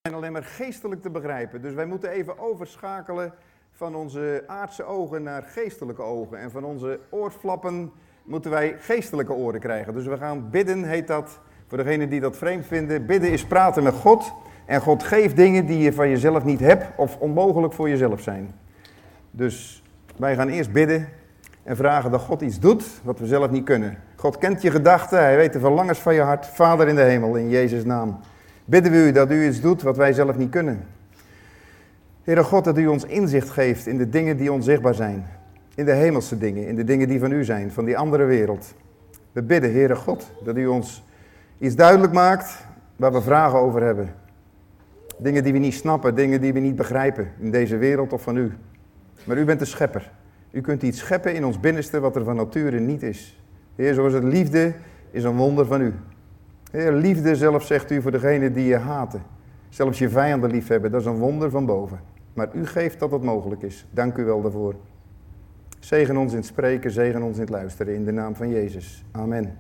alleen maar geestelijk te begrijpen. Dus wij moeten even overschakelen van onze aardse ogen naar geestelijke ogen. En van onze oorflappen moeten wij geestelijke oren krijgen. Dus we gaan bidden, heet dat, voor degenen die dat vreemd vinden. Bidden is praten met God. En God geeft dingen die je van jezelf niet hebt of onmogelijk voor jezelf zijn. Dus wij gaan eerst bidden en vragen dat God iets doet wat we zelf niet kunnen. God kent je gedachten, hij weet de verlangens van je hart. Vader in de hemel, in Jezus' naam. Bidden we u dat u iets doet wat wij zelf niet kunnen. Heere God, dat u ons inzicht geeft in de dingen die onzichtbaar zijn. In de hemelse dingen, in de dingen die van u zijn, van die andere wereld. We bidden, Heere God, dat u ons iets duidelijk maakt waar we vragen over hebben. Dingen die we niet snappen, dingen die we niet begrijpen in deze wereld of van u. Maar u bent de schepper. U kunt iets scheppen in ons binnenste wat er van nature niet is. Heer, zoals het liefde is een wonder van u. Heer, liefde zelf zegt u voor degenen die je haten. Zelfs je vijanden lief hebben, dat is een wonder van boven. Maar u geeft dat het mogelijk is. Dank u wel daarvoor. Zegen ons in het spreken, zegen ons in het luisteren. In de naam van Jezus. Amen.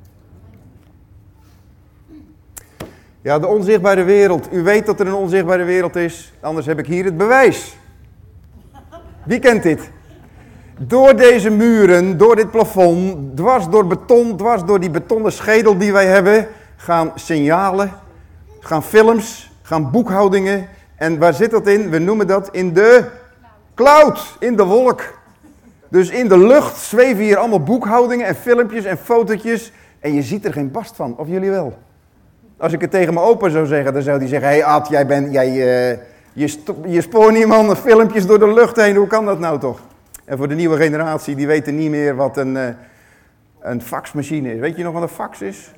Ja, de onzichtbare wereld. U weet dat er een onzichtbare wereld is. Anders heb ik hier het bewijs. Wie kent dit? Door deze muren, door dit plafond, dwars door beton, dwars door die betonnen schedel die wij hebben, gaan signalen, gaan films, gaan boekhoudingen. En waar zit dat in? We noemen dat in de cloud, in de wolk. Dus in de lucht zweven hier allemaal boekhoudingen en filmpjes en fotootjes. En je ziet er geen barst van, of jullie wel? Als ik het tegen mijn opa zou zeggen, dan zou hij zeggen, hé Ad, je spoort niemand filmpjes door de lucht heen, hoe kan dat nou toch? En voor de nieuwe generatie, die weten niet meer wat een faxmachine is. Weet je nog wat een fax is?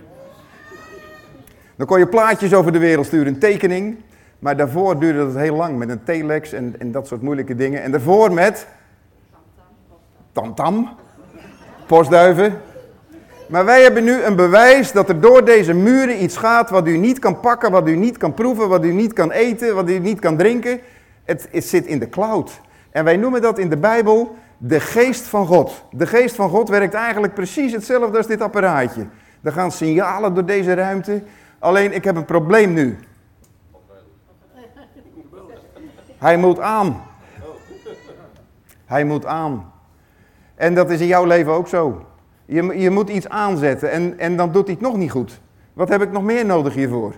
Dan kon je plaatjes over de wereld sturen, een tekening. Maar daarvoor duurde dat heel lang met een telex en dat soort moeilijke dingen. En daarvoor met tamtam, postduiven. Maar wij hebben nu een bewijs dat er door deze muren iets gaat wat u niet kan pakken, wat u niet kan proeven, wat u niet kan eten, wat u niet kan drinken. Het zit in de cloud. En wij noemen dat in de Bijbel de geest van God. De geest van God werkt eigenlijk precies hetzelfde als dit apparaatje. Er gaan signalen door deze ruimte. Alleen ik heb een probleem nu. Hij moet aan. Hij moet aan. En dat is in jouw leven ook zo. Je moet iets aanzetten en dan doet hij het nog niet goed. Wat heb ik nog meer nodig hiervoor?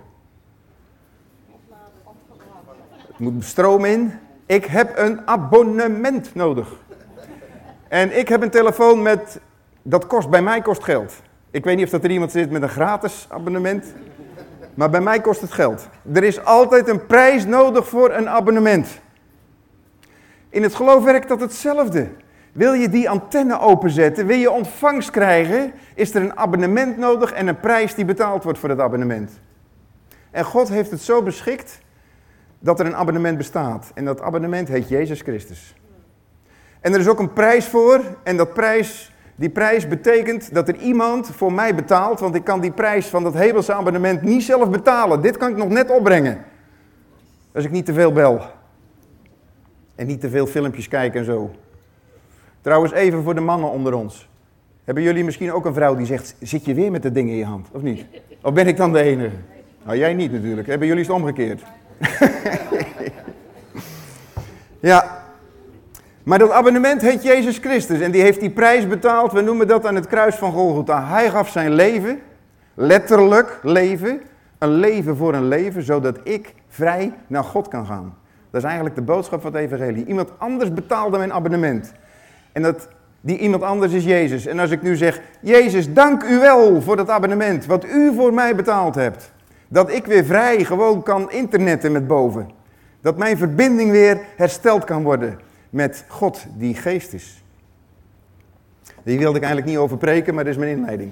Het moet stroom in. Ik heb een abonnement nodig. En ik heb een telefoon bij mij kost geld. Ik weet niet of dat er iemand zit met een gratis abonnement. Maar bij mij kost het geld. Er is altijd een prijs nodig voor een abonnement. In het geloof werkt dat hetzelfde. Wil je die antenne openzetten, wil je ontvangst krijgen, is er een abonnement nodig en een prijs die betaald wordt voor het abonnement. En God heeft het zo beschikt dat er een abonnement bestaat. En dat abonnement heet Jezus Christus. En er is ook een prijs voor en die prijs betekent dat er iemand voor mij betaalt, want ik kan die prijs van dat hemelse abonnement niet zelf betalen. Dit kan ik nog net opbrengen. Als ik niet te veel bel. En niet te veel filmpjes kijk en zo. Trouwens, even voor de mannen onder ons. Hebben jullie misschien ook een vrouw die zegt, zit je weer met dat ding in je hand, of niet? Of ben ik dan de enige? Nou, jij niet natuurlijk. Hebben jullie het omgekeerd? Ja. Maar dat abonnement heet Jezus Christus en die heeft die prijs betaald. We noemen dat aan het kruis van Golgotha. Hij gaf zijn leven, letterlijk leven, een leven voor een leven, zodat ik vrij naar God kan gaan. Dat is eigenlijk de boodschap van het evangelie. Iemand anders betaalde mijn abonnement. En die iemand anders is Jezus. En als ik nu zeg, Jezus, dank u wel voor dat abonnement, wat u voor mij betaald hebt. Dat ik weer vrij gewoon kan internetten met boven. Dat mijn verbinding weer hersteld kan worden met God die geest is. Hier wilde ik eigenlijk niet over preken, maar dat is mijn inleiding.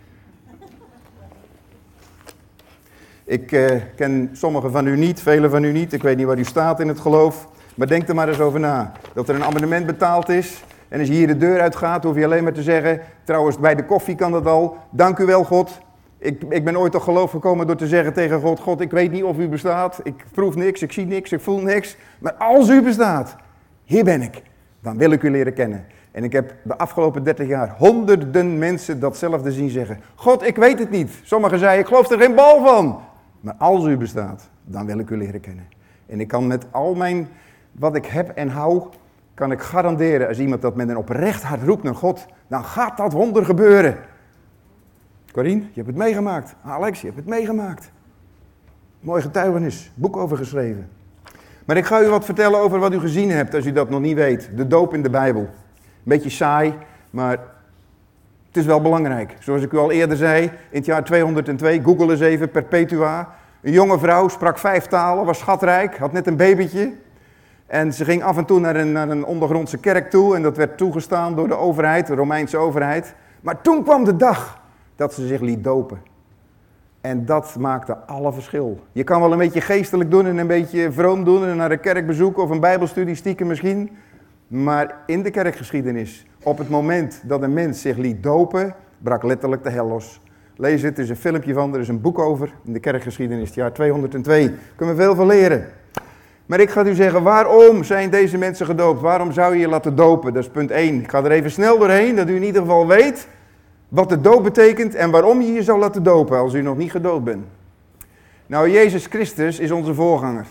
Ik ken sommigen van u niet, velen van u niet. Ik weet niet waar u staat in het geloof. Maar denk er maar eens over na. Dat er een abonnement betaald is. En als je hier de deur uitgaat, hoef je alleen maar te zeggen. Trouwens, bij de koffie kan dat al. Dank u wel, God. Ik ben ooit tot geloof gekomen door te zeggen tegen God. God, ik weet niet of u bestaat. Ik proef niks, ik zie niks, ik voel niks. Maar als u bestaat, hier ben ik. Dan wil ik u leren kennen. En ik heb de afgelopen 30 jaar honderden mensen datzelfde zien zeggen. God, ik weet het niet. Sommigen zeiden, ik geloof er geen bal van. Maar als u bestaat, dan wil ik u leren kennen. En ik kan met al wat ik heb en hou, kan ik garanderen, als iemand dat met een oprecht hart roept naar God, dan gaat dat wonder gebeuren. Corine, je hebt het meegemaakt. Alex, je hebt het meegemaakt. Mooi getuigenis, boek over geschreven. Maar ik ga u wat vertellen over wat u gezien hebt, als u dat nog niet weet. De doop in de Bijbel. Een beetje saai, maar het is wel belangrijk. Zoals ik u al eerder zei, in het jaar 202, Google eens even, Perpetua. Een jonge vrouw, sprak 5 talen, was schatrijk, had net een babytje. En ze ging af en toe naar een ondergrondse kerk toe en dat werd toegestaan door de overheid, de Romeinse overheid. Maar toen kwam de dag dat ze zich liet dopen. En dat maakte alle verschil. Je kan wel een beetje geestelijk doen en een beetje vroom doen en naar een kerkbezoek of een bijbelstudie stiekem misschien. Maar in de kerkgeschiedenis, op het moment dat een mens zich liet dopen, brak letterlijk de hel los. Lees het, er is een filmpje van, er is een boek over in de kerkgeschiedenis, het jaar 202. Daar kunnen we veel van leren. Maar ik ga u zeggen, waarom zijn deze mensen gedoopt? Waarom zou je je laten dopen? Dat is punt 1. Ik ga er even snel doorheen, dat u in ieder geval weet wat de doop betekent en waarom je je zou laten dopen als u nog niet gedoopt bent. Nou, Jezus Christus is onze voorganger.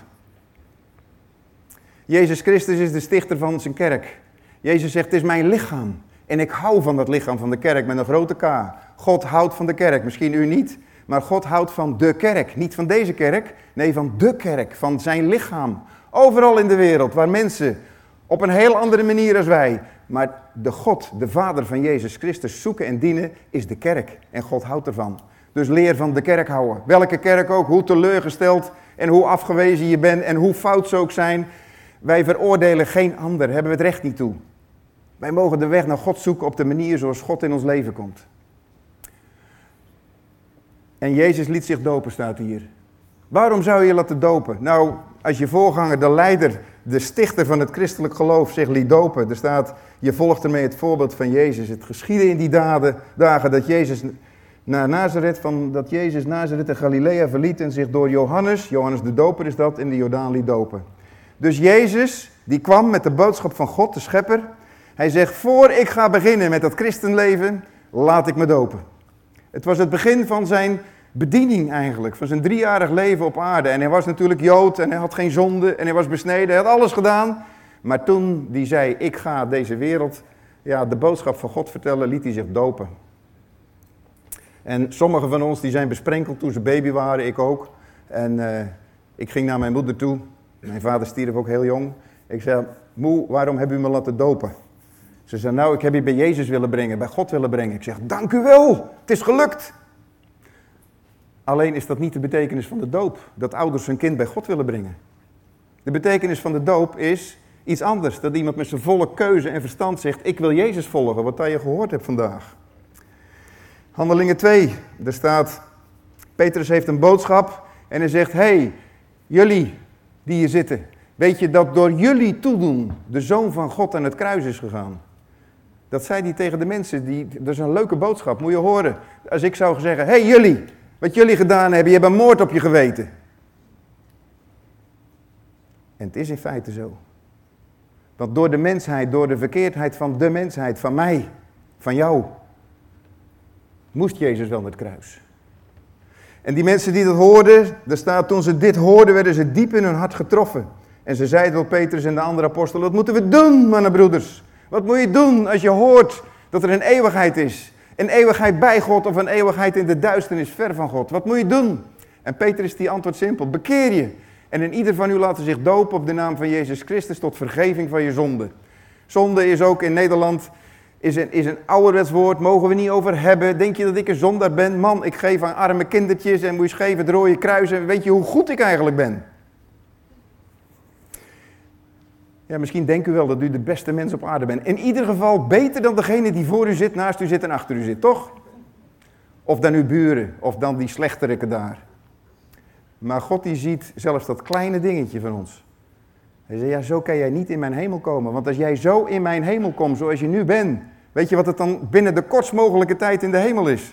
Jezus Christus is de stichter van zijn kerk. Jezus zegt, het is mijn lichaam. En ik hou van dat lichaam van de kerk met een grote K. God houdt van de kerk, misschien u niet, maar God houdt van de kerk. Niet van deze kerk, nee van de kerk, van zijn lichaam. Overal in de wereld, waar mensen op een heel andere manier als wij, maar de God, de Vader van Jezus Christus zoeken en dienen, is de kerk. En God houdt ervan. Dus leer van de kerk houden. Welke kerk ook, hoe teleurgesteld en hoe afgewezen je bent en hoe fout ze ook zijn. Wij veroordelen geen ander, hebben we het recht niet toe. Wij mogen de weg naar God zoeken op de manier zoals God in ons leven komt. En Jezus liet zich dopen, staat hier. Waarom zou je je laten dopen? Nou, als je voorganger, de leider, de stichter van het christelijk geloof zich liet dopen. Er staat, je volgt ermee het voorbeeld van Jezus. Het geschiedde in die dagen dat Jezus Nazareth en Galilea verliet en zich door Johannes de doper is dat, in de Jordaan liet dopen. Dus Jezus, die kwam met de boodschap van God, de schepper. Hij zegt, voor ik ga beginnen met dat christenleven, laat ik me dopen. Het was het begin van zijn bediening eigenlijk, van zijn 3-jarig leven op aarde. En hij was natuurlijk Jood en hij had geen zonde en hij was besneden, hij had alles gedaan. Maar toen hij zei, ik ga deze wereld, de boodschap van God vertellen, liet hij zich dopen. En sommigen van ons die zijn besprenkeld toen ze baby waren, ik ook. En ik ging naar mijn moeder toe, mijn vader stierf ook heel jong. Ik zei, moe, waarom heb u me laten dopen? Ze zei, nou, ik heb je bij Jezus willen brengen, bij God willen brengen. Ik zeg, dank u wel, het is gelukt. Alleen is dat niet de betekenis van de doop, dat ouders hun kind bij God willen brengen. De betekenis van de doop is iets anders, dat iemand met zijn volle keuze en verstand zegt, ik wil Jezus volgen, wat je gehoord hebt vandaag. Handelingen 2, daar staat, Petrus heeft een boodschap en hij zegt, hey, jullie die hier zitten, weet je dat door jullie toedoen de Zoon van God aan het kruis is gegaan? Dat zei hij tegen de mensen, dat is een leuke boodschap, moet je horen. Als ik zou zeggen, hey jullie, wat jullie gedaan hebben, je hebt een moord op je geweten. En het is in feite zo. Want door de mensheid, door de verkeerdheid van de mensheid, van mij, van jou, moest Jezus wel met het kruis. En die mensen die dat hoorden, daar staat, toen ze dit hoorden, werden ze diep in hun hart getroffen. En ze zeiden tot Petrus en de andere apostelen, wat moeten we doen, mannenbroeders? Wat moet je doen als je hoort dat er een eeuwigheid is? Een eeuwigheid bij God of een eeuwigheid in de duisternis ver van God. Wat moet je doen? En Petrus die antwoordt simpel, bekeer je. En in ieder van u laten zich dopen op de naam van Jezus Christus tot vergeving van je zonde. Zonde is ook in Nederland is een ouderwets woord, mogen we niet over hebben. Denk je dat ik een zondaar ben? Man, ik geef aan arme kindertjes en moet je geven het rode kruis. En weet je hoe goed ik eigenlijk ben? Ja, misschien denkt u wel dat u de beste mens op aarde bent. In ieder geval beter dan degene die voor u zit, naast u zit en achter u zit, toch? Of dan uw buren, of dan die slechterikken daar. Maar God die ziet zelfs dat kleine dingetje van ons. Hij zei, ja, zo kan jij niet in mijn hemel komen. Want als jij zo in mijn hemel komt, zoals je nu bent, weet je wat het dan binnen de kortst mogelijke tijd in de hemel is?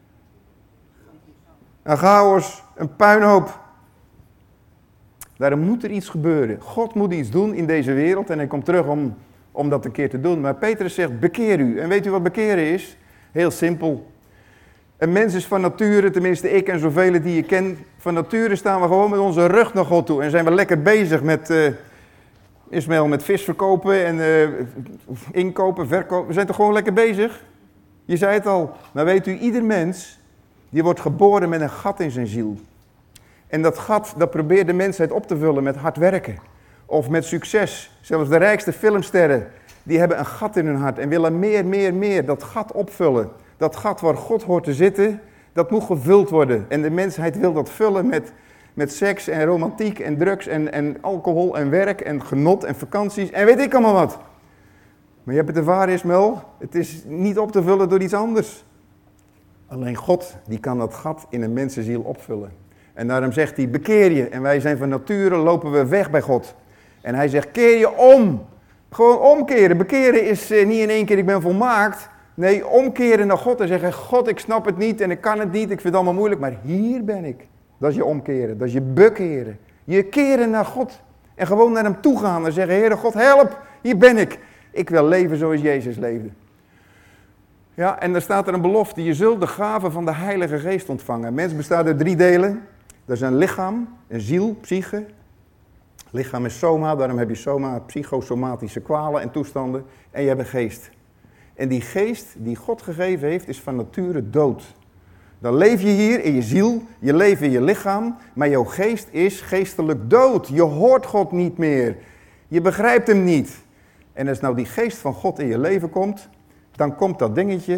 Een chaos, een puinhoop. Daarom moet er iets gebeuren. God moet iets doen in deze wereld en hij komt terug om dat een keer te doen. Maar Petrus zegt, bekeer u. En weet u wat bekeren is? Heel simpel. Een mens is van nature, tenminste ik en zoveel die je ken, van nature staan we gewoon met onze rug naar God toe. En zijn we lekker bezig met, Ismaël, met vis verkopen en inkopen, verkopen. We zijn toch gewoon lekker bezig? Je zei het al, maar weet u, ieder mens, die wordt geboren met een gat in zijn ziel. En dat gat, dat probeert de mensheid op te vullen met hard werken. Of met succes. Zelfs de rijkste filmsterren, die hebben een gat in hun hart en willen meer. Dat gat opvullen. Dat gat waar God hoort te zitten, dat moet gevuld worden. En de mensheid wil dat vullen met seks en romantiek en drugs en alcohol en werk en genot en vakanties en weet ik allemaal wat. Maar je hebt het ervaren, Ismaël, het is niet op te vullen door iets anders. Alleen God, die kan dat gat in een mensenziel opvullen. En daarom zegt hij, bekeer je. En wij zijn van nature, lopen we weg bij God. En hij zegt, keer je om. Gewoon omkeren. Bekeren is niet in één keer, ik ben volmaakt. Nee, omkeren naar God en zeggen, God, ik snap het niet en ik kan het niet, ik vind het allemaal moeilijk, maar hier ben ik. Dat is je omkeren, dat is je bekeren. Je keren naar God en gewoon naar hem toe gaan en zeggen, Heere God, help, hier ben ik. Ik wil leven zoals Jezus leefde. Ja, en dan staat er een belofte, je zult de gave van de Heilige Geest ontvangen. Mens bestaat uit 3 delen. Dat is een lichaam, een ziel, psyche. Lichaam is soma, daarom heb je soma, psychosomatische kwalen en toestanden. En je hebt een geest. En die geest die God gegeven heeft, is van nature dood. Dan leef je hier in je ziel, je leeft in je lichaam, maar jouw geest is geestelijk dood. Je hoort God niet meer. Je begrijpt hem niet. En als nou die geest van God in je leven komt, dan komt dat dingetje.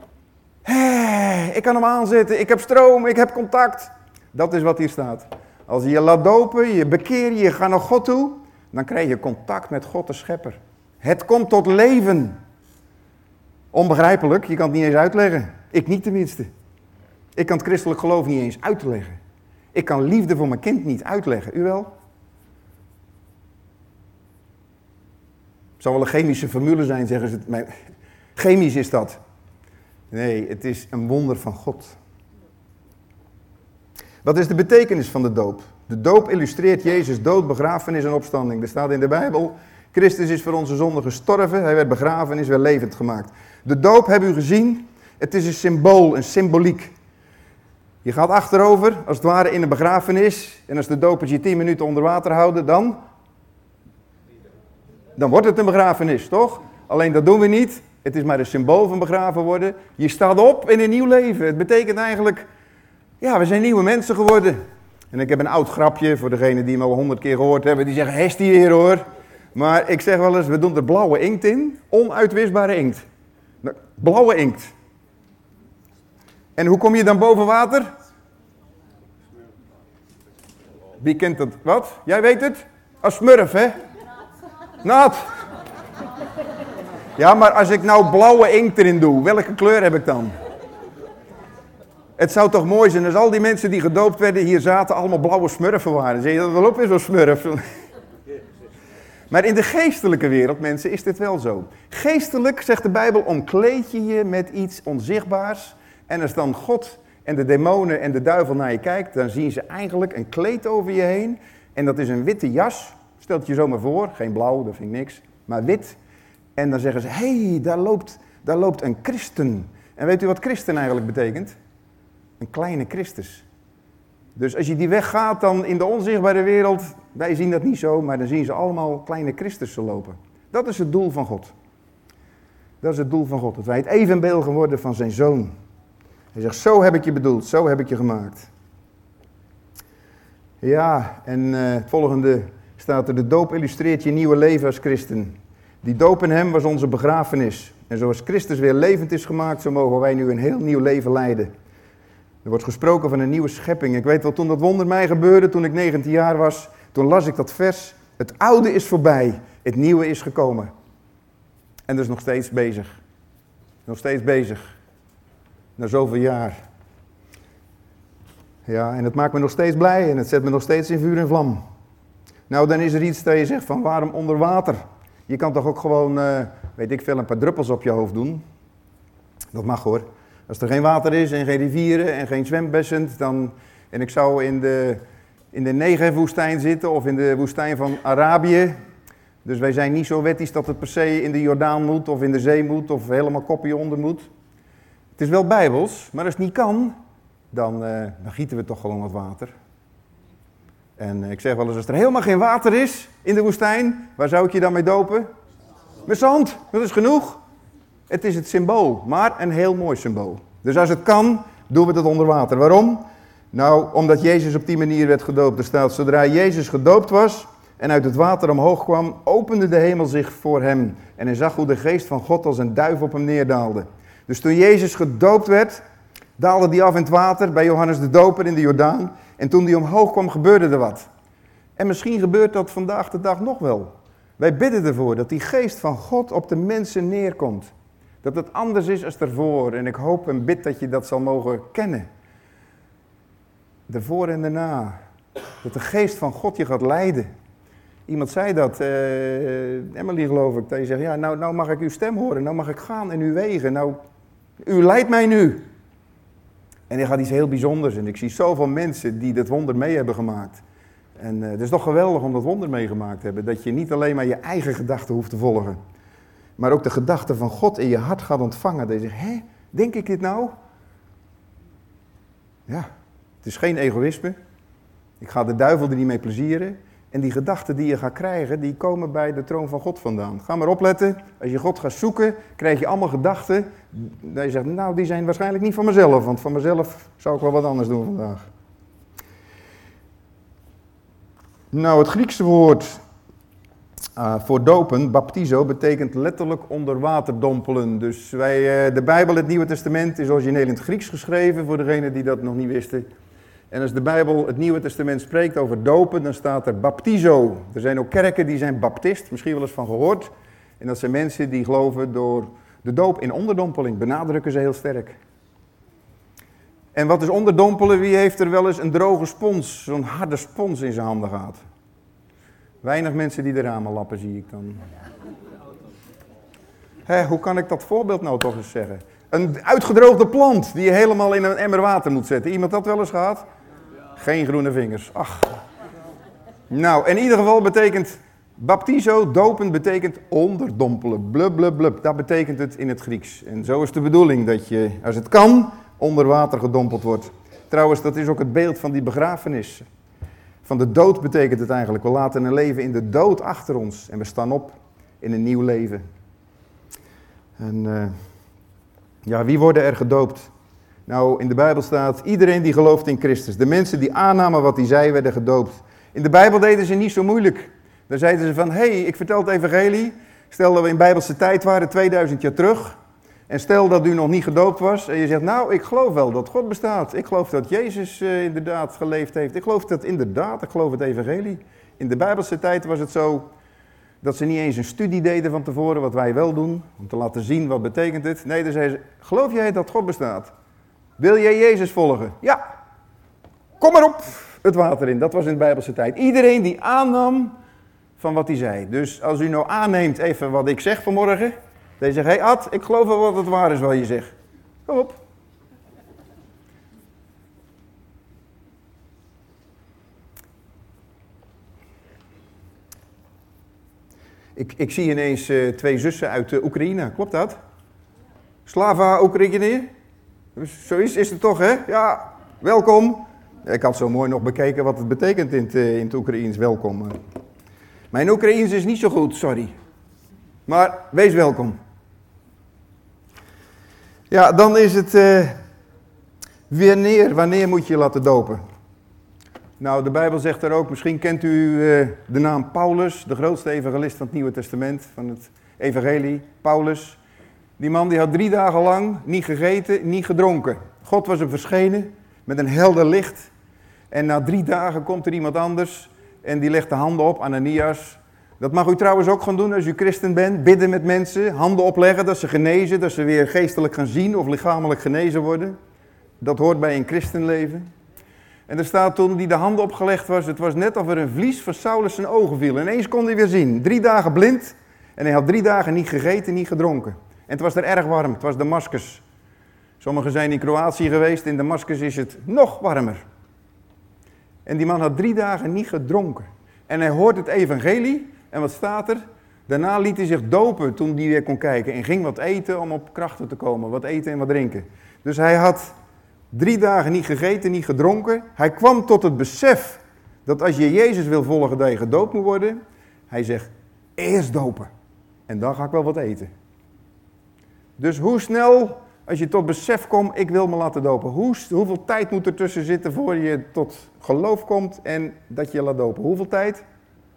Ik kan hem aanzetten, ik heb stroom, ik heb contact. Dat is wat hier staat. Als je je laat dopen, je bekeer je gaat naar God toe, dan krijg je contact met God de Schepper. Het komt tot leven. Onbegrijpelijk, je kan het niet eens uitleggen. Ik niet tenminste. Ik kan het christelijk geloof niet eens uitleggen. Ik kan liefde voor mijn kind niet uitleggen. U wel? Het zal wel een chemische formule zijn, zeggen ze. Maar chemisch is dat. Nee, het is een wonder van God. Wat is de betekenis van de doop? De doop illustreert Jezus' dood, begrafenis en opstanding. Er staat in de Bijbel, Christus is voor onze zonde gestorven, hij werd begraven en is weer levend gemaakt. De doop, hebben u gezien, het is een symbool, een symboliek. Je gaat achterover, als het ware in een begrafenis, en als de dopers je 10 minuten onder water houden, dan wordt het een begrafenis, toch? Alleen dat doen we niet, het is maar een symbool van begraven worden. Je staat op in een nieuw leven, het betekent eigenlijk, ja, we zijn nieuwe mensen geworden. En ik heb een oud grapje voor degenen die me al 100 keer gehoord hebben, die zeggen, hestie weer hoor. Maar ik zeg wel eens, we doen er blauwe inkt in, onuitwisbare inkt. Blauwe inkt. En hoe kom je dan boven water? Wie kent dat? Wat? Jij weet het? Als smurf, hè? Nat. Ja, maar als ik nou blauwe inkt erin doe, welke kleur heb ik dan? Het zou toch mooi zijn als al die mensen die gedoopt werden hier zaten allemaal blauwe smurfen waren. Zie je dat wel op is, zo'n smurf? Maar in de geestelijke wereld, mensen, is dit wel zo. Geestelijk, zegt de Bijbel, omkleed je je met iets onzichtbaars. En als dan God en de demonen en de duivel naar je kijkt, dan zien ze eigenlijk een kleed over je heen. En dat is een witte jas. Stel het je zo maar voor, geen blauw, dat vind ik niks, maar wit. En dan zeggen ze, hé, daar loopt een christen. En weet u wat christen eigenlijk betekent? Een kleine Christus. Dus als je die weg gaat dan in de onzichtbare wereld, wij zien dat niet zo, maar dan zien ze allemaal kleine Christussen lopen. Dat is het doel van God. Dat is het doel van God, dat wij het evenbeeld worden van zijn zoon. Hij zegt, zo heb ik je bedoeld, zo heb ik je gemaakt. Ja, en het volgende staat er, de doop illustreert je nieuwe leven als christen. Die doop in hem was onze begrafenis. En zoals Christus weer levend is gemaakt, zo mogen wij nu een heel nieuw leven leiden. Er wordt gesproken van een nieuwe schepping. Ik weet wel, toen dat wonder mij gebeurde, toen ik 19 jaar was, toen las ik dat vers. Het oude is voorbij, het nieuwe is gekomen. En dat is nog steeds bezig. Nog steeds bezig. Na zoveel jaar. Ja, en het maakt me nog steeds blij en het zet me nog steeds in vuur en vlam. Nou, dan is er iets dat je zegt van, waarom onder water? Je kan toch ook gewoon, weet ik veel, een paar druppels op je hoofd doen? Dat mag hoor. Als er geen water is en geen rivieren en geen zwembessen, dan... En ik zou in de Negev-woestijn zitten of in de woestijn van Arabië. Dus wij zijn niet zo wettisch dat het per se in de Jordaan moet of in de zee moet of helemaal kopje onder moet. Het is wel bijbels, maar als het niet kan, dan gieten we toch gewoon wat water. En ik zeg wel eens, als er helemaal geen water is in de woestijn, waar zou ik je dan mee dopen? Met zand, dat is genoeg. Het is het symbool, maar een heel mooi symbool. Dus als het kan, doen we het onder water. Waarom? Nou, omdat Jezus op die manier werd gedoopt. Er staat, zodra Jezus gedoopt was en uit het water omhoog kwam, opende de hemel zich voor hem. En hij zag hoe de geest van God als een duif op hem neerdaalde. Dus toen Jezus gedoopt werd, daalde hij af in het water bij Johannes de Doper in de Jordaan. En toen hij omhoog kwam, gebeurde er wat. En misschien gebeurt dat vandaag de dag nog wel. Wij bidden ervoor dat die geest van God op de mensen neerkomt. Dat het anders is als daarvoor. En ik hoop en bid dat je dat zal mogen kennen. Daarvoor en daarna. Dat de geest van God je gaat leiden. Iemand zei dat, Emily geloof ik, dat je zegt, ja, nou mag ik uw stem horen, nou mag ik gaan in uw wegen, nou, u leidt mij nu. En er gaat iets heel bijzonders en ik zie zoveel mensen die dit wonder mee hebben gemaakt. En het is toch geweldig om dat wonder meegemaakt te hebben, dat je niet alleen maar je eigen gedachten hoeft te volgen, maar ook de gedachten van God in je hart gaat ontvangen. Dat je zegt, hé, denk ik dit nou? Ja, het is geen egoïsme. Ik ga de duivel er niet mee plezieren. En die gedachten die je gaat krijgen, die komen bij de troon van God vandaan. Ga maar opletten, als je God gaat zoeken, krijg je allemaal gedachten. Dat je zegt, nou die zijn waarschijnlijk niet van mezelf, want van mezelf zou ik wel wat anders doen vandaag. Nou, het Griekse woord voor dopen, baptizo, betekent letterlijk onder water dompelen. Dus de Bijbel, het Nieuwe Testament, is origineel in het Grieks geschreven, voor degenen die dat nog niet wisten. En als de Bijbel het Nieuwe Testament spreekt over dopen, dan staat er baptizo. Er zijn ook kerken die zijn baptist, misschien wel eens van gehoord. En dat zijn mensen die geloven door de doop in onderdompeling, benadrukken ze heel sterk. En wat is onderdompelen? Wie heeft er wel eens een droge spons, zo'n harde spons in zijn handen gehad? Weinig mensen die de ramen lappen, zie ik dan. Hoe kan ik dat voorbeeld nou toch eens zeggen? Een uitgedroogde plant die je helemaal in een emmer water moet zetten. Iemand dat wel eens gehad? Geen groene vingers. Ach. Nou, in ieder geval betekent baptizo, dopen, betekent onderdompelen. Blub, blub, blub. Dat betekent het in het Grieks. En zo is de bedoeling dat je, als het kan, onder water gedompeld wordt. Trouwens, dat is ook het beeld van die begrafenis. Van de dood betekent het eigenlijk. We laten een leven in de dood achter ons. En we staan op in een nieuw leven. En ja, wie worden er gedoopt? Nou, in de Bijbel staat, iedereen die gelooft in Christus. De mensen die aannamen wat hij zei, werden gedoopt. In de Bijbel deden ze niet zo moeilijk. Dan zeiden ze van, ik vertel het evangelie. Stel dat we in Bijbelse tijd waren, 2000 jaar terug. En stel dat u nog niet gedoopt was. En je zegt, nou, ik geloof wel dat God bestaat. Ik geloof dat Jezus inderdaad geleefd heeft. Ik geloof dat inderdaad, ik geloof het evangelie. In de Bijbelse tijd was het zo dat ze niet eens een studie deden van tevoren, wat wij wel doen. Om te laten zien, wat betekent het. Nee, dan zeiden ze, geloof jij dat God bestaat? Wil jij Jezus volgen? Ja. Kom maar op het water in. Dat was in de Bijbelse tijd. Iedereen die aannam van wat hij zei. Dus als u nou aanneemt even wat ik zeg vanmorgen. Dan zegt, hey Ad, ik geloof wel dat het waar is wat je zegt. Kom op. Ik zie ineens 2 zussen uit Oekraïne. Klopt dat? Slava Oekraïne? Zo is het toch, hè? Ja, welkom. Ik had zo mooi nog bekeken wat het betekent in het Oekraïens welkom. Mijn Oekraïens is niet zo goed, sorry. Maar wees welkom. Ja, dan is het wanneer moet je je laten dopen? Nou, de Bijbel zegt er ook, misschien kent u de naam Paulus, de grootste evangelist van het Nieuwe Testament, van het evangelie, Paulus. Die man die had 3 dagen lang niet gegeten, niet gedronken. God was hem verschenen met een helder licht. En na 3 dagen komt er iemand anders en die legt de handen op, Ananias. Dat mag u trouwens ook gaan doen als u christen bent. Bidden met mensen, handen opleggen dat ze genezen, dat ze weer geestelijk gaan zien of lichamelijk genezen worden. Dat hoort bij een christenleven. En er staat toen die de handen opgelegd was, het was net of er een vlies van Saulus zijn ogen viel. Ineens kon hij weer zien. 3 dagen blind en hij had 3 dagen niet gegeten, niet gedronken. En het was er erg warm, het was Damascus. Sommigen zijn in Kroatië geweest, in Damascus is het nog warmer. En die man had 3 dagen niet gedronken. En hij hoort het evangelie en wat staat er? Daarna liet hij zich dopen toen hij weer kon kijken en ging wat eten om op krachten te komen, wat eten en wat drinken. Dus hij had 3 dagen niet gegeten, niet gedronken. Hij kwam tot het besef dat als je Jezus wil volgen, dat je gedoopt moet worden. Hij zegt, eerst dopen. En dan ga ik wel wat eten. Dus hoe snel, als je tot besef komt, ik wil me laten dopen. Hoeveel tijd moet er tussen zitten voor je tot geloof komt en dat je je laat dopen? Hoeveel tijd?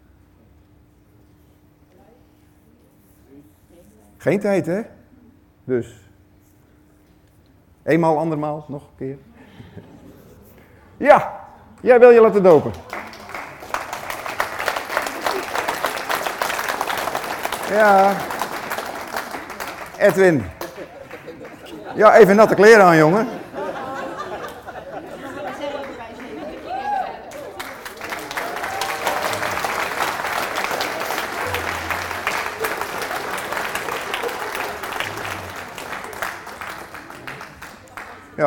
Geen tijd, hè? Dus. Eenmaal, andermaal, nog een keer. Ja, jij wil je laten dopen. Ja. Edwin. Ja, even natte kleren aan, jongen.